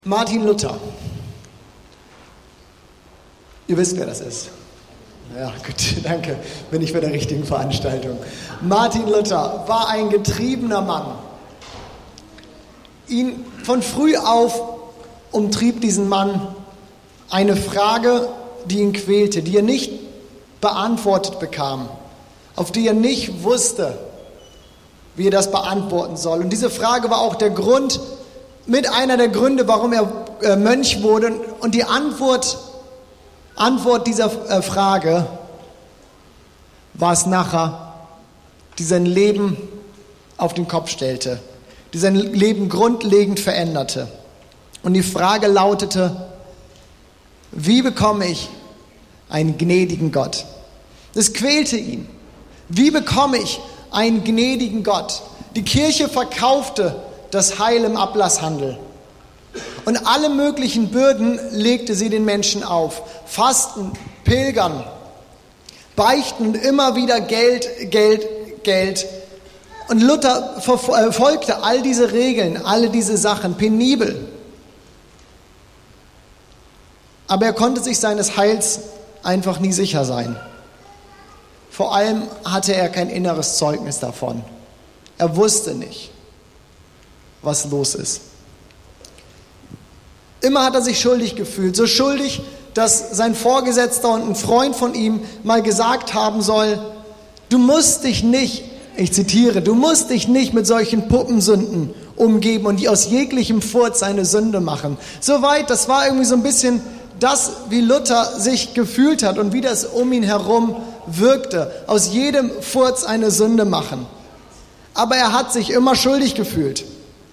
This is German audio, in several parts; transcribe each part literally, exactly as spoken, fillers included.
Martin Luther. Ihr wisst, wer das ist. Ja, gut, danke. Bin ich bei der richtigen Veranstaltung. Martin Luther war ein getriebener Mann. Ihn von früh auf umtrieb diesen Mann eine Frage, die ihn quälte, die er nicht beantwortet bekam, auf die er nicht wusste, wie er das beantworten soll. Und diese Frage war auch der Grund, mit einer der Gründe, warum er Mönch wurde. Und die Antwort, Antwort dieser Frage war es nachher, die sein Leben auf den Kopf stellte, die sein Leben grundlegend veränderte. Und die Frage lautete: Wie bekomme ich einen gnädigen Gott? Das quälte ihn. Wie bekomme ich einen gnädigen Gott? Die Kirche verkaufte das Heil im Ablasshandel. Und alle möglichen Bürden legte sie den Menschen auf. Fasten, Pilgern, Beichten und immer wieder Geld, Geld, Geld. Und Luther verfolgte all diese Regeln, alle diese Sachen penibel. Aber er konnte sich seines Heils einfach nie sicher sein. Vor allem hatte er kein inneres Zeugnis davon. Er wusste nicht, was los ist. Immer hat er sich schuldig gefühlt, so schuldig, dass sein Vorgesetzter und ein Freund von ihm mal gesagt haben soll: Du musst dich nicht, ich zitiere, du musst dich nicht mit solchen Puppensünden umgeben und die aus jeglichem Furz eine Sünde machen. Soweit, das war irgendwie so ein bisschen das, wie Luther sich gefühlt hat und wie das um ihn herum wirkte. Aus jedem Furz eine Sünde machen. Aber er hat sich immer schuldig gefühlt.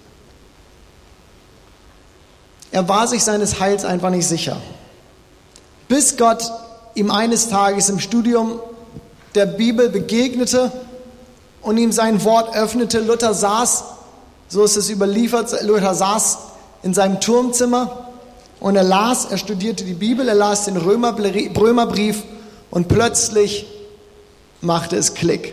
Er war sich seines Heils einfach nicht sicher. Bis Gott ihm eines Tages im Studium der Bibel begegnete und ihm sein Wort öffnete. Luther saß, so ist es überliefert, Luther saß in seinem Turmzimmer und er las, er studierte die Bibel, er las den Römerbrief und plötzlich machte es Klick.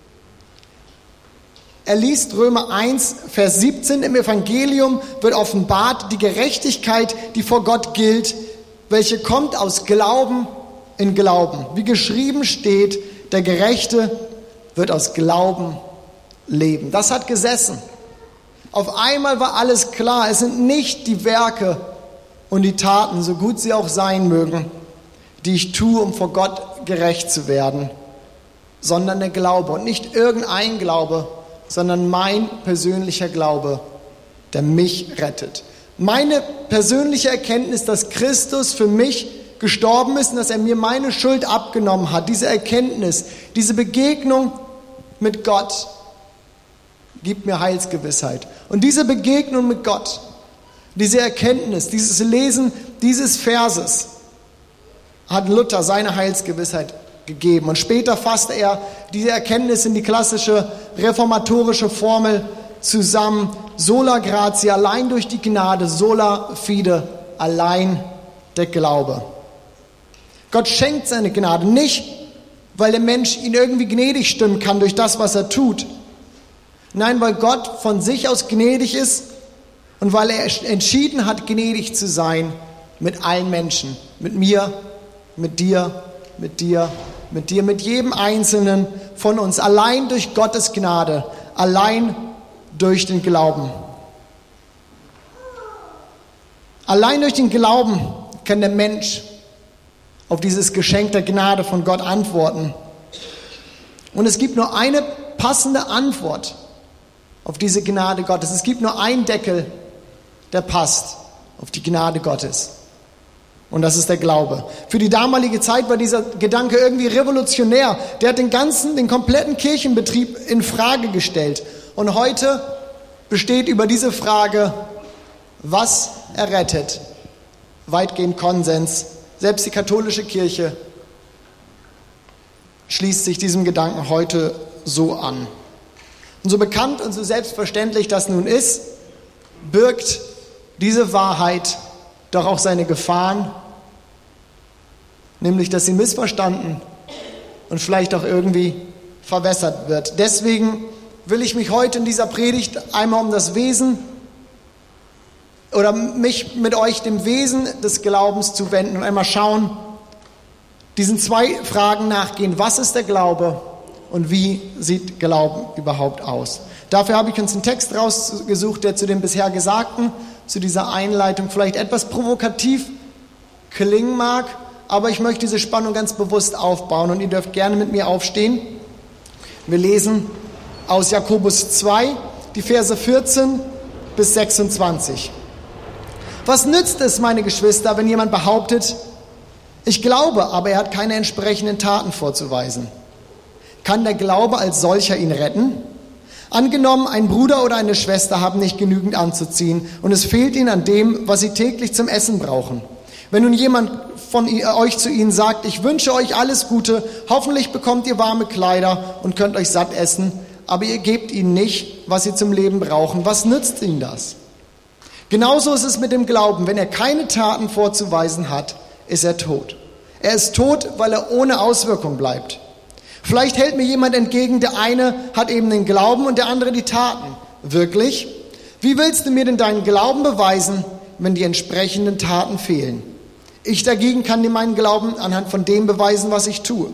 Er liest Römer eins, Vers siebzehn, im Evangelium wird offenbart die Gerechtigkeit, die vor Gott gilt, welche kommt aus Glauben in Glauben. Wie geschrieben steht, der Gerechte wird aus Glauben leben. Das hat gesessen. Auf einmal war alles klar. Es sind nicht die Werke und die Taten, so gut sie auch sein mögen, die ich tue, um vor Gott gerecht zu werden, sondern der Glaube. Und nicht irgendein Glaube, sondern mein persönlicher Glaube, der mich rettet. Meine persönliche Erkenntnis, dass Christus für mich gestorben ist und dass er mir meine Schuld abgenommen hat, diese Erkenntnis, diese Begegnung mit Gott gibt mir Heilsgewissheit. Und diese Begegnung mit Gott, diese Erkenntnis, dieses Lesen dieses Verses hat Luther seine Heilsgewissheit gegeben. Und später fasste er diese Erkenntnis in die klassische reformatorische Formel zusammen: Sola gratia, allein durch die Gnade, sola fide, allein der Glaube. Gott schenkt seine Gnade nicht, weil der Mensch ihn irgendwie gnädig stimmen kann durch das, was er tut. Nein, weil Gott von sich aus gnädig ist und weil er entschieden hat, gnädig zu sein mit allen Menschen, mit mir, mit dir, mit dir, mit dir, mit jedem Einzelnen von uns, allein durch Gottes Gnade, allein durch den Glauben. Allein durch den Glauben kann der Mensch auf dieses Geschenk der Gnade von Gott antworten. Und es gibt nur eine passende Antwort auf diese Gnade Gottes. Es gibt nur einen Deckel, der passt auf die Gnade Gottes. Und das ist der Glaube. Für die damalige Zeit war dieser Gedanke irgendwie revolutionär. Der hat den ganzen, den kompletten Kirchenbetrieb in Frage gestellt. Und heute besteht über diese Frage, was errettet, weitgehend Konsens. Selbst die katholische Kirche schließt sich diesem Gedanken heute so an. Und so bekannt und so selbstverständlich das nun ist, birgt diese Wahrheit doch auch seine Gefahren, nämlich dass sie missverstanden und vielleicht auch irgendwie verwässert wird. Deswegen will ich mich heute in dieser Predigt einmal um das Wesen oder mich mit euch dem Wesen des Glaubens zu wenden und einmal schauen, diesen zwei Fragen nachgehen. Was ist der Glaube und wie sieht Glauben überhaupt aus? Dafür habe ich uns einen Text rausgesucht, der zu dem bisher Gesagten, zu dieser Einleitung vielleicht etwas provokativ klingen mag, aber ich möchte diese Spannung ganz bewusst aufbauen und ihr dürft gerne mit mir aufstehen. Wir lesen aus Jakobus zwei, die Verse vierzehn bis sechsundzwanzig. Was nützt es, meine Geschwister, wenn jemand behauptet, ich glaube, aber er hat keine entsprechenden Taten vorzuweisen? Kann der Glaube als solcher ihn retten? Angenommen, ein Bruder oder eine Schwester haben nicht genügend anzuziehen und es fehlt ihnen an dem, was sie täglich zum Essen brauchen. Wenn nun jemand von euch zu ihnen sagt, ich wünsche euch alles Gute, hoffentlich bekommt ihr warme Kleider und könnt euch satt essen, aber ihr gebt ihnen nicht, was sie zum Leben brauchen, was nützt ihnen das? Genauso ist es mit dem Glauben. Wenn er keine Taten vorzuweisen hat, ist er tot. Er ist tot, weil er ohne Auswirkung bleibt. Vielleicht hält mir jemand entgegen, der eine hat eben den Glauben und der andere die Taten. Wirklich? Wie willst du mir denn deinen Glauben beweisen, wenn die entsprechenden Taten fehlen? Ich dagegen kann dir meinen Glauben anhand von dem beweisen, was ich tue.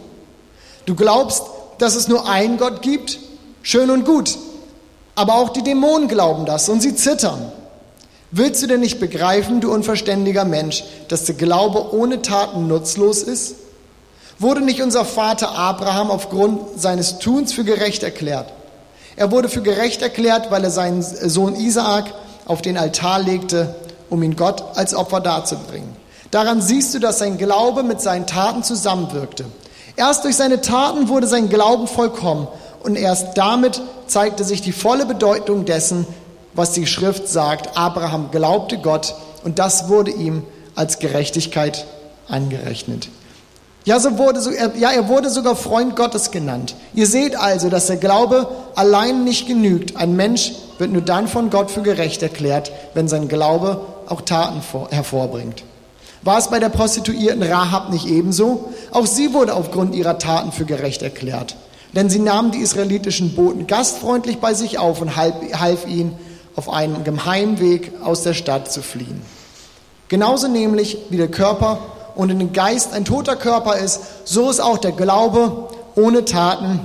Du glaubst, dass es nur einen Gott gibt? Schön und gut. Aber auch die Dämonen glauben das und sie zittern. Willst du denn nicht begreifen, du unverständiger Mensch, dass der Glaube ohne Taten nutzlos ist? Wurde nicht unser Vater Abraham aufgrund seines Tuns für gerecht erklärt? Er wurde für gerecht erklärt, weil er seinen Sohn Isaak auf den Altar legte, um ihn Gott als Opfer darzubringen. Daran siehst du, dass sein Glaube mit seinen Taten zusammenwirkte. Erst durch seine Taten wurde sein Glauben vollkommen und erst damit zeigte sich die volle Bedeutung dessen, was die Schrift sagt. Abraham glaubte Gott und das wurde ihm als Gerechtigkeit angerechnet. Ja, so wurde, ja, er wurde sogar Freund Gottes genannt. Ihr seht also, dass der Glaube allein nicht genügt. Ein Mensch wird nur dann von Gott für gerecht erklärt, wenn sein Glaube auch Taten hervorbringt. War es bei der Prostituierten Rahab nicht ebenso? Auch sie wurde aufgrund ihrer Taten für gerecht erklärt. Denn sie nahm die israelitischen Boten gastfreundlich bei sich auf und half ihnen, auf einem geheimen Weg aus der Stadt zu fliehen. Genauso nämlich wie der Körper und in den Geist ein toter Körper ist, so ist auch der Glaube ohne Taten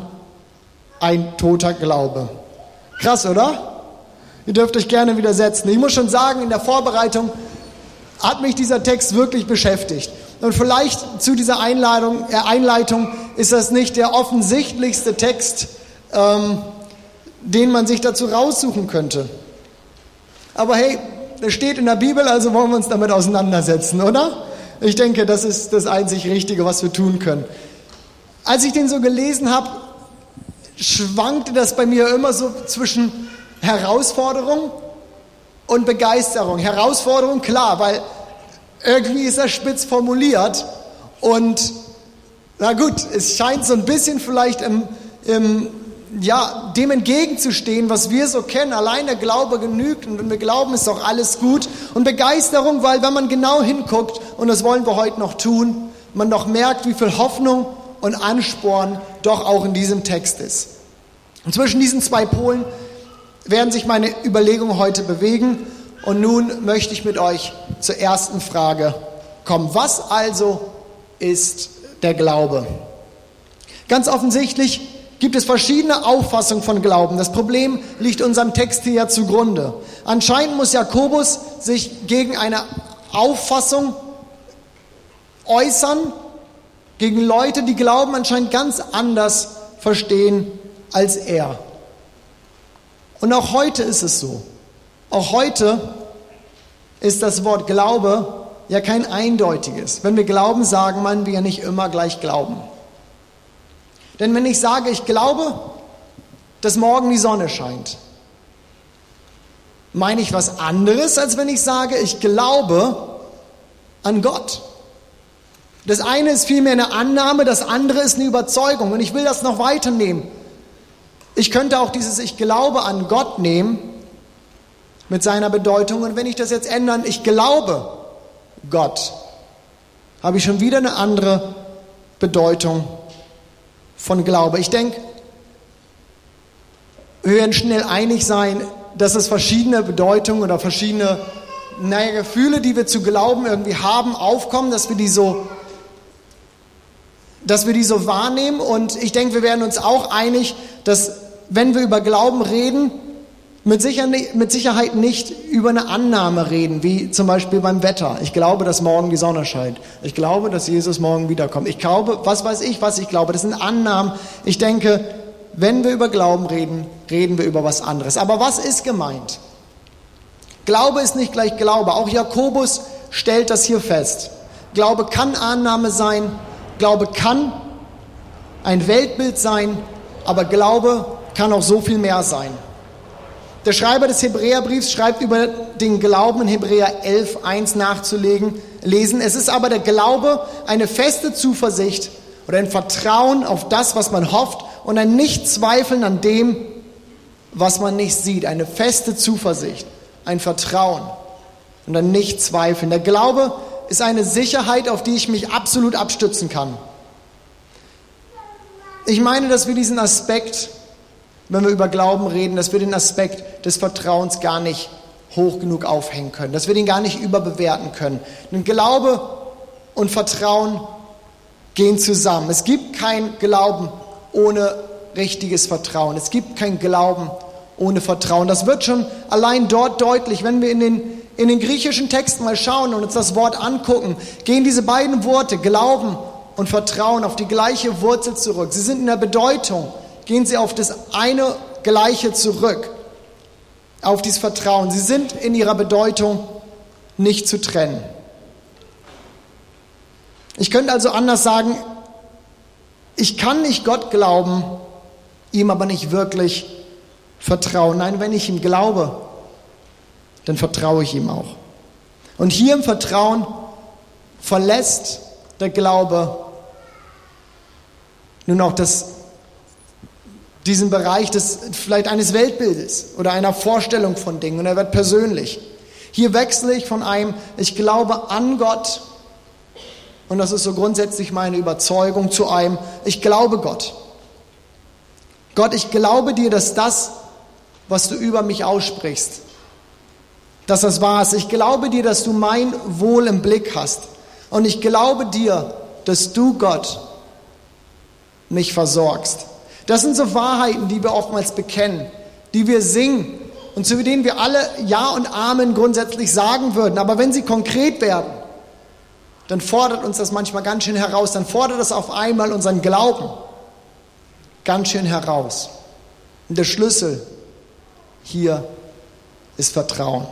ein toter Glaube. Krass, oder? Ihr dürft euch gerne widersetzen. Ich muss schon sagen, in der Vorbereitung hat mich dieser Text wirklich beschäftigt. Und vielleicht zu dieser Einleitung, äh, Einleitung ist das nicht der offensichtlichste Text, ähm, den man sich dazu raussuchen könnte. Aber hey, das steht in der Bibel, also wollen wir uns damit auseinandersetzen, oder? Ich denke, das ist das einzig Richtige, was wir tun können. Als ich den so gelesen habe, schwankte das bei mir immer so zwischen Herausforderung und Begeisterung. Herausforderung, klar, weil irgendwie ist das spitz formuliert und na gut, es scheint so ein bisschen vielleicht im, im, ja, dem entgegenzustehen, was wir so kennen. Allein der Glaube genügt und wenn wir glauben, ist doch alles gut. Und Begeisterung, weil wenn man genau hinguckt, und das wollen wir heute noch tun, man doch merkt, wie viel Hoffnung und Ansporn doch auch in diesem Text ist. Und zwischen diesen zwei Polen werden sich meine Überlegungen heute bewegen. Und nun möchte ich mit euch zur ersten Frage kommen. Was also ist der Glaube? Ganz offensichtlich gibt es verschiedene Auffassungen von Glauben. Das Problem liegt unserem Text hier ja zugrunde. Anscheinend muss Jakobus sich gegen eine Auffassung äußern, gegen Leute, die Glauben anscheinend ganz anders verstehen als er. Und auch heute ist es so. Auch heute ist das Wort Glaube ja kein eindeutiges. Wenn wir glauben, sagen meinen wir ja nicht immer gleich glauben. Denn wenn ich sage, ich glaube, dass morgen die Sonne scheint, meine ich was anderes, als wenn ich sage, ich glaube an Gott. Das eine ist vielmehr eine Annahme, das andere ist eine Überzeugung. Und ich will das noch weiternehmen. Ich könnte auch dieses Ich glaube an Gott nehmen mit seiner Bedeutung. Und wenn ich das jetzt ändern, ich glaube Gott, habe ich schon wieder eine andere Bedeutung von Glaube. Ich denke, wir werden schnell einig sein, dass es verschiedene Bedeutungen oder verschiedene naja, Gefühle, die wir zu glauben irgendwie haben, aufkommen, dass wir die so, dass wir die so wahrnehmen. Und ich denke, wir werden uns auch einig, dass wenn wir über Glauben reden, mit Sicherheit, mit Sicherheit nicht über eine Annahme reden, wie zum Beispiel beim Wetter. Ich glaube, dass morgen die Sonne scheint. Ich glaube, dass Jesus morgen wiederkommt. Ich glaube, was weiß ich, was ich glaube. Das sind Annahmen. Ich denke, wenn wir über Glauben reden, reden wir über was anderes. Aber was ist gemeint? Glaube ist nicht gleich Glaube. Auch Jakobus stellt das hier fest. Glaube kann Annahme sein. Glaube kann ein Weltbild sein. Aber Glaube kann auch so viel mehr sein. Der Schreiber des Hebräerbriefs schreibt über den Glauben in Hebräer elf, eins nachzulesen. Es ist aber der Glaube eine feste Zuversicht oder ein Vertrauen auf das, was man hofft und ein Nichtzweifeln an dem, was man nicht sieht. Eine feste Zuversicht, ein Vertrauen und ein Nichtzweifeln. Der Glaube ist eine Sicherheit, auf die ich mich absolut abstützen kann. Ich meine, dass wir diesen Aspekt, wenn wir über Glauben reden, dass wir den Aspekt des Vertrauens gar nicht hoch genug aufhängen können, dass wir den gar nicht überbewerten können. Denn Glaube und Vertrauen gehen zusammen. Es gibt kein Glauben ohne richtiges Vertrauen. Es gibt kein Glauben ohne Vertrauen. Das wird schon allein dort deutlich, wenn wir in den, in den griechischen Texten mal schauen und uns das Wort angucken, gehen diese beiden Worte, Glauben und Vertrauen, auf die gleiche Wurzel zurück. Sie sind in der Bedeutung, gehen sie auf das eine Gleiche zurück, auf dieses Vertrauen. Sie sind in ihrer Bedeutung nicht zu trennen. Ich könnte also anders sagen, ich kann nicht Gott glauben, ihm aber nicht wirklich vertrauen. Nein, wenn ich ihm glaube, dann vertraue ich ihm auch. Und hier im Vertrauen verlässt der Glaube nun auch das diesen Bereich des, vielleicht eines Weltbildes oder einer Vorstellung von Dingen und er wird persönlich. Hier wechsle ich von einem, ich glaube an Gott und das ist so grundsätzlich meine Überzeugung, zu einem, ich glaube Gott. Gott, ich glaube dir, dass das, was du über mich aussprichst, dass das wahr ist. Ich glaube dir, dass du mein Wohl im Blick hast und ich glaube dir, dass du, Gott, mich versorgst. Das sind so Wahrheiten, die wir oftmals bekennen, die wir singen und zu denen wir alle Ja und Amen grundsätzlich sagen würden. Aber wenn sie konkret werden, dann fordert uns das manchmal ganz schön heraus. Dann fordert das auf einmal unseren Glauben ganz schön heraus. Und der Schlüssel hier ist Vertrauen.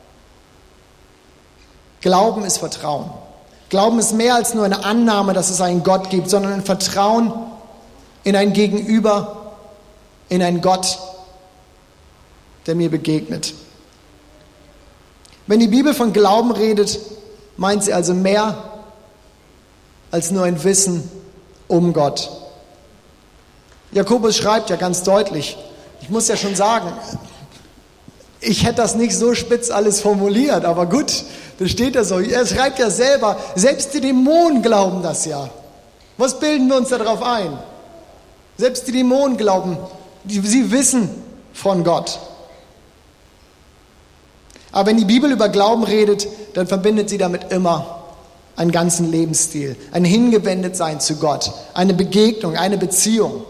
Glauben ist Vertrauen. Glauben ist mehr als nur eine Annahme, dass es einen Gott gibt, sondern ein Vertrauen in ein Gegenüber, in einen Gott, der mir begegnet. Wenn die Bibel von Glauben redet, meint sie also mehr als nur ein Wissen um Gott. Jakobus schreibt ja ganz deutlich, ich muss ja schon sagen, ich hätte das nicht so spitz alles formuliert, aber gut, das steht da so. Er schreibt ja selber, selbst die Dämonen glauben das ja. Was bilden wir uns darauf ein? Selbst die Dämonen glauben, die, sie wissen von Gott. Aber wenn die Bibel über Glauben redet, dann verbindet sie damit immer einen ganzen Lebensstil, ein Hingewendetsein zu Gott, eine Begegnung, eine Beziehung.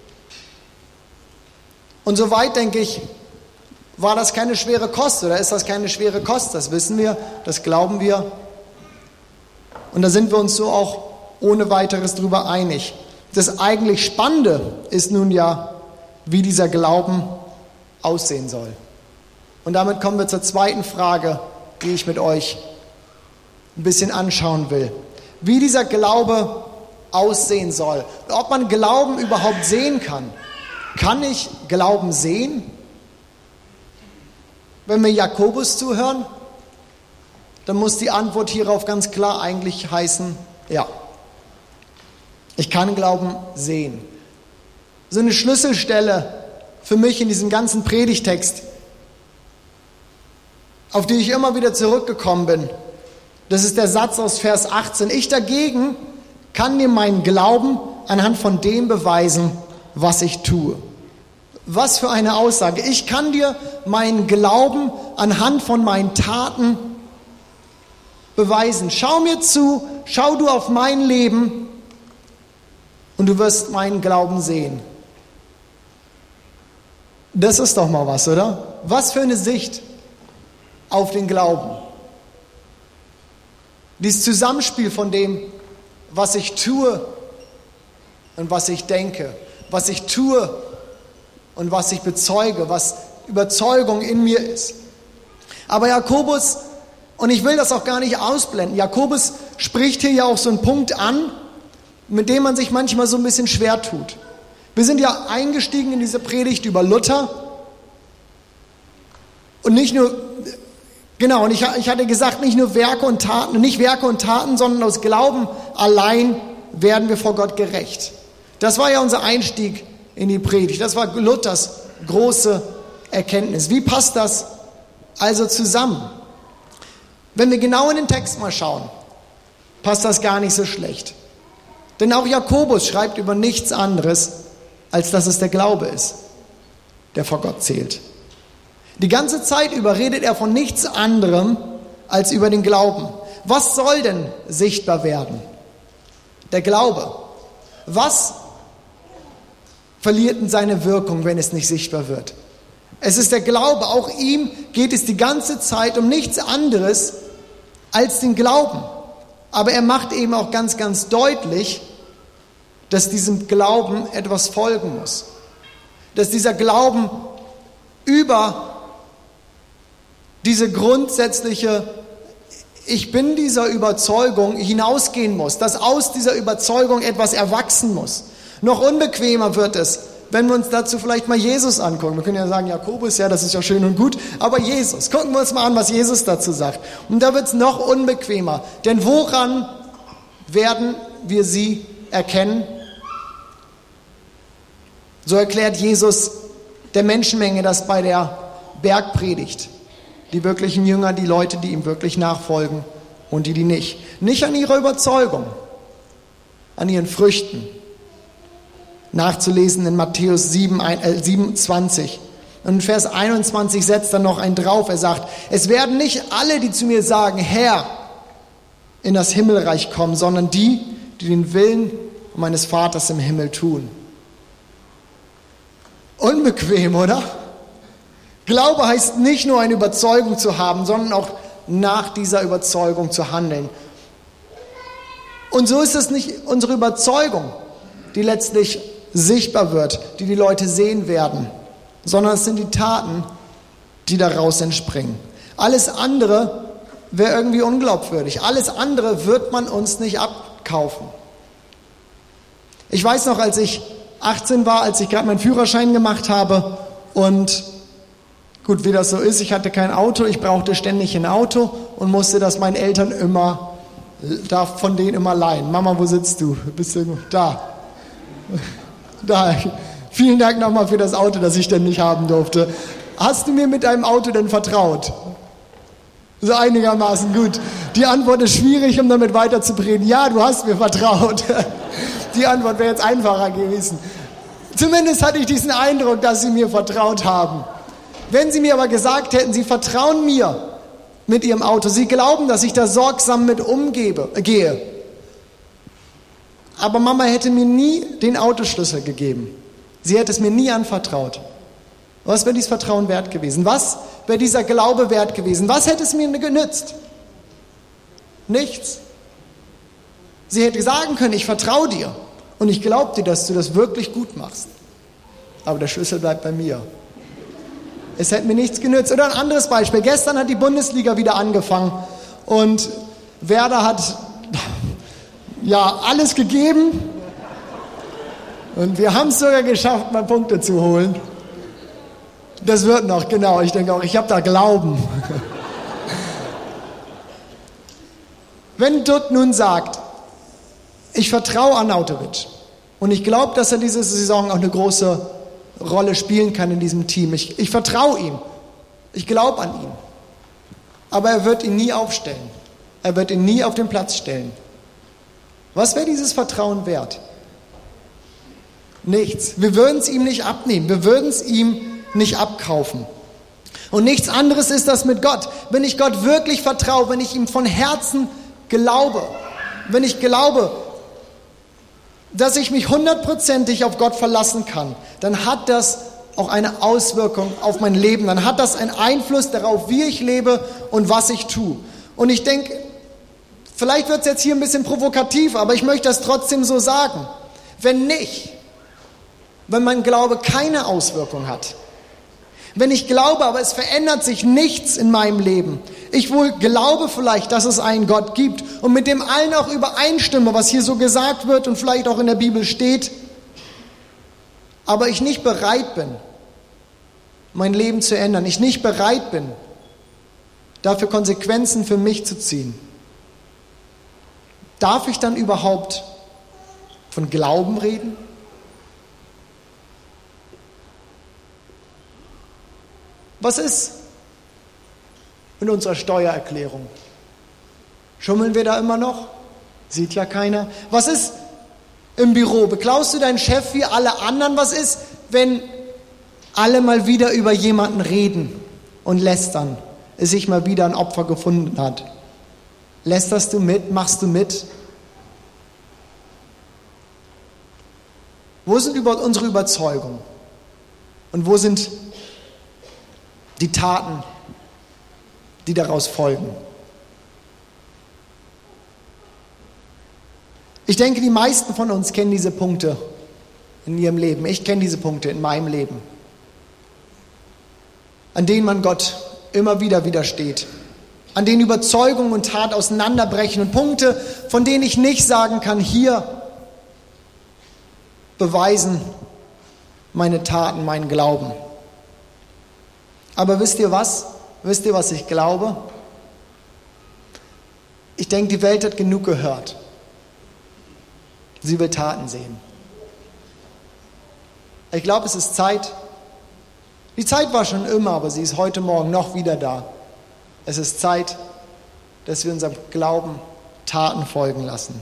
Und soweit, denke ich, war das keine schwere Kost oder ist das keine schwere Kost? Das wissen wir, das glauben wir. Und da sind wir uns so auch ohne weiteres drüber einig. Das eigentlich Spannende ist nun ja, wie dieser Glauben aussehen soll. Und damit kommen wir zur zweiten Frage, die ich mit euch ein bisschen anschauen will. Wie dieser Glaube aussehen soll. Und ob man Glauben überhaupt sehen kann. Kann ich Glauben sehen? Wenn wir Jakobus zuhören, dann muss die Antwort hierauf ganz klar eigentlich heißen, ja. Ich kann Glauben sehen. So eine Schlüsselstelle für mich in diesem ganzen Predigtext, auf die ich immer wieder zurückgekommen bin, das ist der Satz aus Vers achtzehn. Ich dagegen kann dir meinen Glauben anhand von dem beweisen, was ich tue. Was für eine Aussage. Ich kann dir meinen Glauben anhand von meinen Taten beweisen. Schau mir zu, schau du auf mein Leben und du wirst meinen Glauben sehen. Das ist doch mal was, oder? Was für eine Sicht auf den Glauben. Dieses Zusammenspiel von dem, was ich tue und was ich denke, was ich tue und was ich bezeuge, was Überzeugung in mir ist. Aber Jakobus, und ich will das auch gar nicht ausblenden, Jakobus spricht hier ja auch so einen Punkt an, mit dem man sich manchmal so ein bisschen schwer tut. Wir sind ja eingestiegen in diese Predigt über Luther und nicht nur, genau, und ich, ich hatte gesagt, nicht nur Werke und Taten, nicht Werke und Taten, sondern aus Glauben allein werden wir vor Gott gerecht. Das war ja unser Einstieg in die Predigt. Das war Luthers große Erkenntnis. Wie passt das also zusammen? Wenn wir genau in den Text mal schauen, passt das gar nicht so schlecht. Denn auch Jakobus schreibt über nichts anderes, als dass es der Glaube ist, der vor Gott zählt. Die ganze Zeit über redet er von nichts anderem als über den Glauben. Was soll denn sichtbar werden? Der Glaube. Was verliert denn seine Wirkung, wenn es nicht sichtbar wird? Es ist der Glaube. Auch ihm geht es die ganze Zeit um nichts anderes als den Glauben. Aber er macht eben auch ganz, ganz deutlich, dass diesem Glauben etwas folgen muss. Dass dieser Glauben über diese grundsätzliche Ich bin dieser Überzeugung hinausgehen muss. Dass aus dieser Überzeugung etwas erwachsen muss. Noch unbequemer wird es, wenn wir uns dazu vielleicht mal Jesus angucken. Wir können ja sagen, Jakobus, ja, das ist ja schön und gut, aber Jesus, gucken wir uns mal an, was Jesus dazu sagt. Und da wird es noch unbequemer. Denn woran werden wir sie erkennen? So erklärt Jesus der Menschenmenge das bei der Bergpredigt. Die wirklichen Jünger, die Leute, die ihm wirklich nachfolgen und die, die nicht. Nicht an ihrer Überzeugung, an ihren Früchten. Nachzulesen in Matthäus sieben, äh, siebenundzwanzig. Und in Vers einundzwanzig setzt er noch einen drauf. Er sagt, es werden nicht alle, die zu mir sagen, Herr, in das Himmelreich kommen, sondern die, die den Willen meines Vaters im Himmel tun. Unbequem, oder? Glaube heißt nicht nur eine Überzeugung zu haben, sondern auch nach dieser Überzeugung zu handeln. Und so ist es nicht unsere Überzeugung, die letztlich sichtbar wird, die die Leute sehen werden, sondern es sind die Taten, die daraus entspringen. Alles andere wäre irgendwie unglaubwürdig. Alles andere wird man uns nicht abkaufen. Ich weiß noch, als ich achtzehn war, als ich gerade meinen Führerschein gemacht habe und gut, wie das so ist, ich hatte kein Auto, ich brauchte ständig ein Auto und musste das meinen Eltern immer, darf von denen immer leihen. Mama, wo sitzt du? Bist du da? Da. Vielen Dank nochmal für das Auto, das ich denn nicht haben durfte. Hast du mir mit deinem Auto denn vertraut? So einigermaßen gut. Die Antwort ist schwierig, um damit weiterzureden. Ja, du hast mir vertraut. Die Antwort wäre jetzt einfacher gewesen. Zumindest hatte ich diesen Eindruck, dass sie mir vertraut haben. Wenn sie mir aber gesagt hätten, sie vertrauen mir mit ihrem Auto, sie glauben, dass ich da sorgsam mit umgebe, äh, gehe. Aber Mama hätte mir nie den Autoschlüssel gegeben. Sie hätte es mir nie anvertraut. Was wäre dieses Vertrauen wert gewesen? Was wäre dieser Glaube wert gewesen? Was hätte es mir genützt? Nichts. Sie hätte sagen können, ich vertraue dir und ich glaube dir, dass du das wirklich gut machst. Aber der Schlüssel bleibt bei mir. Es hätte mir nichts genützt. Oder ein anderes Beispiel. Gestern hat die Bundesliga wieder angefangen und Werder hat ja alles gegeben und wir haben es sogar geschafft, mal Punkte zu holen. Das wird noch, genau. Ich denke auch, ich habe da Glauben. Wenn Dutt nun sagt, ich vertraue Arnautovic und ich glaube, dass er diese Saison auch eine große Rolle spielen kann in diesem Team. Ich, ich vertraue ihm. Ich glaube an ihn. Aber er wird ihn nie aufstellen. Er wird ihn nie auf den Platz stellen. Was wäre dieses Vertrauen wert? Nichts. Wir würden es ihm nicht abnehmen. Wir würden es ihm nicht abkaufen. Und nichts anderes ist das mit Gott. Wenn ich Gott wirklich vertraue, wenn ich ihm von Herzen glaube, wenn ich glaube, dass ich mich hundertprozentig auf Gott verlassen kann, dann hat das auch eine Auswirkung auf mein Leben. Dann hat das einen Einfluss darauf, wie ich lebe und was ich tue. Und ich denke, vielleicht wird es jetzt hier ein bisschen provokativ, aber ich möchte das trotzdem so sagen. Wenn nicht, wenn mein Glaube keine Auswirkung hat, wenn ich glaube, aber es verändert sich nichts in meinem Leben, ich wohl glaube vielleicht, dass es einen Gott gibt und mit dem allen auch übereinstimme, was hier so gesagt wird und vielleicht auch in der Bibel steht, aber ich nicht bereit bin, mein Leben zu ändern, ich nicht bereit bin, dafür Konsequenzen für mich zu ziehen, darf ich dann überhaupt von Glauben reden? Was ist in unserer Steuererklärung? Schummeln wir da immer noch? Sieht ja keiner. Was ist im Büro? Beklaust du deinen Chef wie alle anderen? Was ist, wenn alle mal wieder über jemanden reden und lästern, es sich mal wieder ein Opfer gefunden hat? Lästerst du mit? Machst du mit? Wo sind über unsere Überzeugungen? Und wo sind die Taten, die daraus folgen? Ich denke, die meisten von uns kennen diese Punkte in ihrem Leben. Ich kenne diese Punkte in meinem Leben, an denen man Gott immer wieder widersteht, an denen Überzeugung und Tat auseinanderbrechen und Punkte, von denen ich nicht sagen kann, hier beweisen meine Taten, meinen Glauben. Aber wisst ihr was? Wisst ihr, was ich glaube? Ich denke, die Welt hat genug gehört. Sie will Taten sehen. Ich glaube, es ist Zeit. Die Zeit war schon immer, aber sie ist heute Morgen noch wieder da. Es ist Zeit, dass wir unserem Glauben Taten folgen lassen.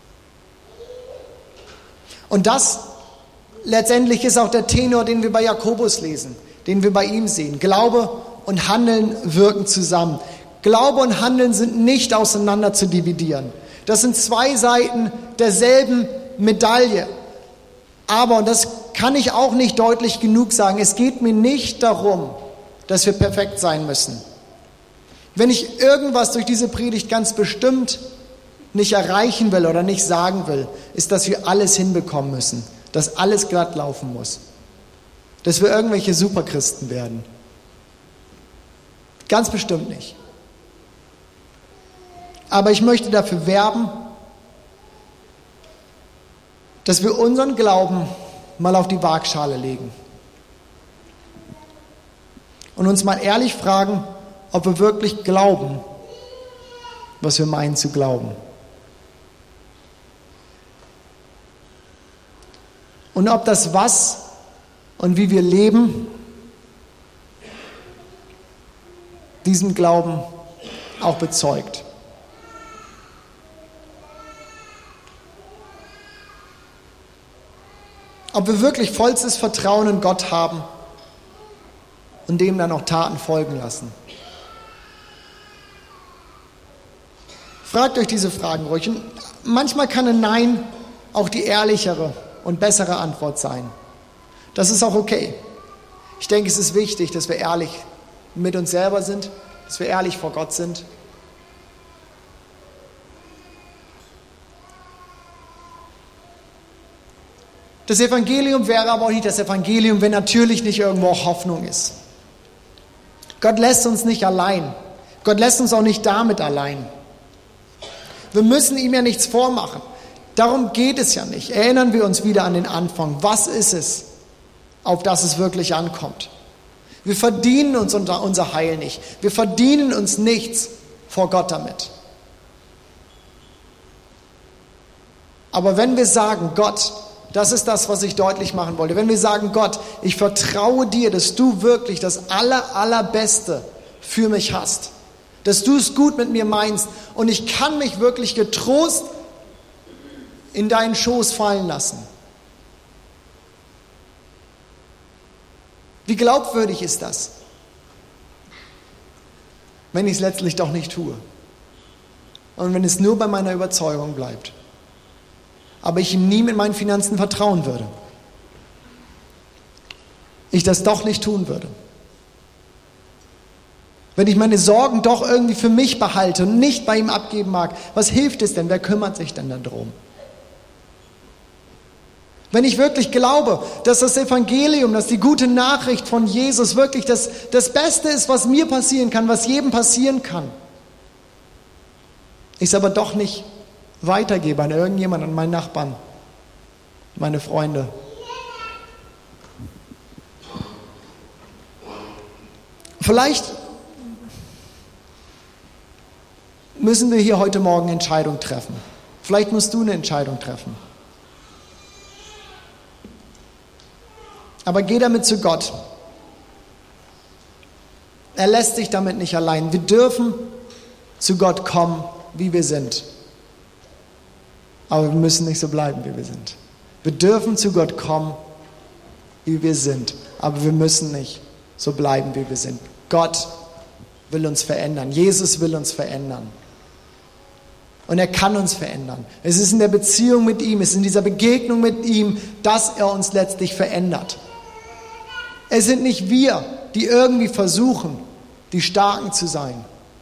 Und das letztendlich ist auch der Tenor, den wir bei Jakobus lesen, den wir bei ihm sehen. Glaube und Handeln wirken zusammen. Glaube und Handeln sind nicht auseinander zu dividieren. Das sind zwei Seiten derselben Medaille. Aber, und das kann ich auch nicht deutlich genug sagen, es geht mir nicht darum, dass wir perfekt sein müssen. Wenn ich irgendwas durch diese Predigt ganz bestimmt nicht erreichen will oder nicht sagen will, ist, dass wir alles hinbekommen müssen, dass alles glatt laufen muss, dass wir irgendwelche Superchristen werden. Ganz bestimmt nicht. Aber ich möchte dafür werben, dass wir unseren Glauben mal auf die Waagschale legen und uns mal ehrlich fragen, ob wir wirklich glauben, was wir meinen zu glauben. Und ob das was und wie wir leben, diesen Glauben auch bezeugt. Ob wir wirklich vollstes Vertrauen in Gott haben und dem dann auch Taten folgen lassen. Fragt euch diese Fragen ruhig. Und manchmal kann ein Nein auch die ehrlichere und bessere Antwort sein. Das ist auch okay. Ich denke, es ist wichtig, dass wir ehrlich mit uns selber sind, dass wir ehrlich vor Gott sind. Das Evangelium wäre aber auch nicht das Evangelium, wenn natürlich nicht irgendwo auch Hoffnung ist. Gott lässt uns nicht allein. Gott lässt uns auch nicht damit allein. Wir müssen ihm ja nichts vormachen. Darum geht es ja nicht. Erinnern wir uns wieder an den Anfang. Was ist es, auf das es wirklich ankommt? Wir verdienen uns unser Heil nicht. Wir verdienen uns nichts vor Gott damit. Aber wenn wir sagen, Gott, das ist das, was ich deutlich machen wollte. Wenn wir sagen, Gott, ich vertraue dir, dass du wirklich das aller, allerbeste für mich hast. Dass du es gut mit mir meinst und ich kann mich wirklich getrost in deinen Schoß fallen lassen. Wie glaubwürdig ist das? wenn ich es letztlich doch nicht tue. Und wenn es nur bei meiner Überzeugung bleibt. Aber ich ihm nie mit meinen Finanzen vertrauen würde. Ich das doch nicht tun würde. Wenn ich meine Sorgen doch irgendwie für mich behalte und nicht bei ihm abgeben mag, was hilft es denn? Wer kümmert sich denn darum? Wenn ich wirklich glaube, dass das Evangelium, dass die gute Nachricht von Jesus wirklich das, das Beste ist, was mir passieren kann, was jedem passieren kann, ich es aber doch nicht weitergebe an irgendjemanden, an meinen Nachbarn, meine Freunde. Vielleicht müssen wir hier heute Morgen eine Entscheidung treffen. Vielleicht musst du eine Entscheidung treffen. Aber geh damit zu Gott. Er lässt dich damit nicht allein. Wir dürfen zu Gott kommen, wie wir sind. Aber wir müssen nicht so bleiben, wie wir sind. Wir dürfen zu Gott kommen, wie wir sind. Aber wir müssen nicht so bleiben, wie wir sind. Gott will uns verändern. Jesus will uns verändern. Und er kann uns verändern. Es ist in der Beziehung mit ihm, es ist in dieser Begegnung mit ihm, dass er uns letztlich verändert. Es sind nicht wir, die irgendwie versuchen, die Starken zu sein.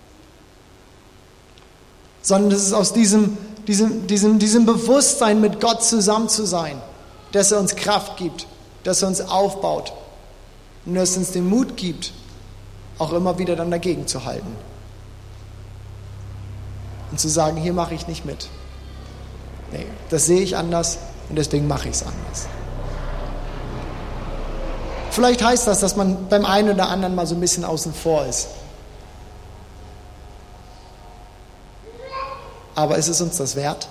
Sondern es ist aus diesem, diesem, diesem, diesem Bewusstsein, mit Gott zusammen zu sein, dass er uns Kraft gibt, dass er uns aufbaut und dass er uns den Mut gibt, auch immer wieder dann dagegen zu halten. Und zu sagen, hier mache ich nicht mit. Nee, das sehe ich anders und deswegen mache ich es anders. Vielleicht heißt das, dass man beim einen oder anderen mal so ein bisschen außen vor ist. Aber ist es uns das wert?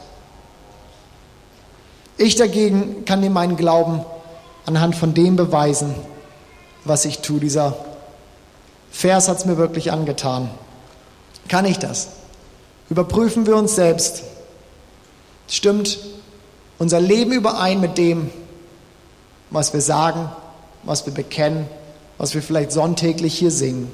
Ich dagegen kann dir meinen Glauben anhand von dem beweisen, was ich tue. Dieser Vers hat es mir wirklich angetan. Kann ich das? Überprüfen wir uns selbst. Stimmt unser Leben überein mit dem, was wir sagen, was wir bekennen, was wir vielleicht sonntäglich hier singen?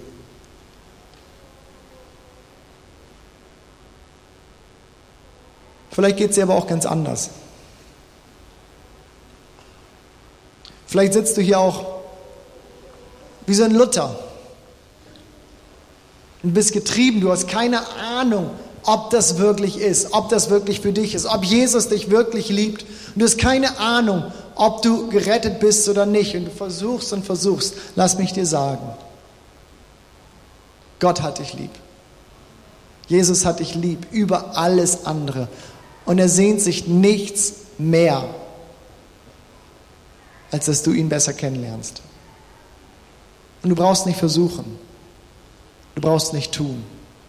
Vielleicht geht es dir aber auch ganz anders. Vielleicht sitzt du hier auch wie so ein Luther und bist getrieben, du hast keine Ahnung, ob das wirklich ist, ob das wirklich für dich ist, ob Jesus dich wirklich liebt. Und du hast keine Ahnung, ob du gerettet bist oder nicht. Und du versuchst und versuchst. Lass mich dir sagen, Gott hat dich lieb. Jesus hat dich lieb über alles andere. Und er sehnt sich nichts mehr, als dass du ihn besser kennenlernst. Und du brauchst nicht versuchen. Du brauchst nicht tun.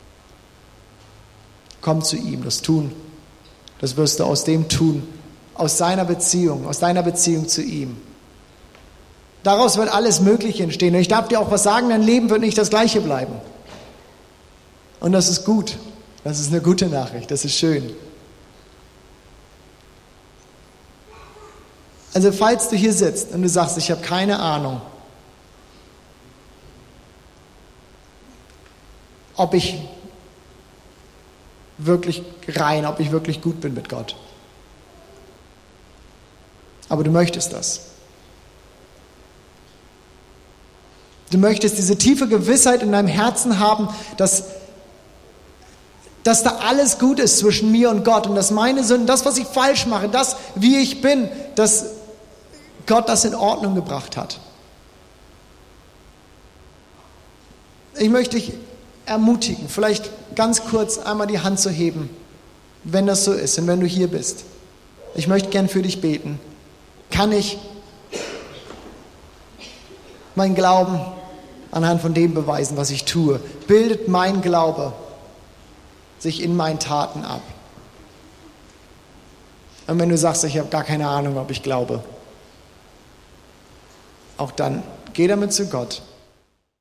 Komm zu ihm, das tun. Das wirst du aus dem tun, aus seiner Beziehung, aus deiner Beziehung zu ihm. Daraus wird alles Mögliche entstehen. Und ich darf dir auch was sagen, dein Leben wird nicht das gleiche bleiben. Und das ist gut. Das ist eine gute Nachricht, das ist schön. Also falls du hier sitzt und du sagst, ich habe keine Ahnung, ob ich wirklich rein, ob ich wirklich gut bin mit Gott. Aber du möchtest das. Du möchtest diese tiefe Gewissheit in deinem Herzen haben, dass, dass da alles gut ist zwischen mir und Gott und dass meine Sünden, das, was ich falsch mache, das, wie ich bin, dass Gott das in Ordnung gebracht hat. Ich möchte dich ermutigen, vielleicht ganz kurz einmal die Hand zu heben, wenn das so ist und wenn du hier bist. Ich möchte gern für dich beten. Kann ich meinen Glauben anhand von dem beweisen, was ich tue? Bildet mein Glaube sich in meinen Taten ab? Und wenn du sagst, ich habe gar keine Ahnung, ob ich glaube, auch dann geh damit zu Gott.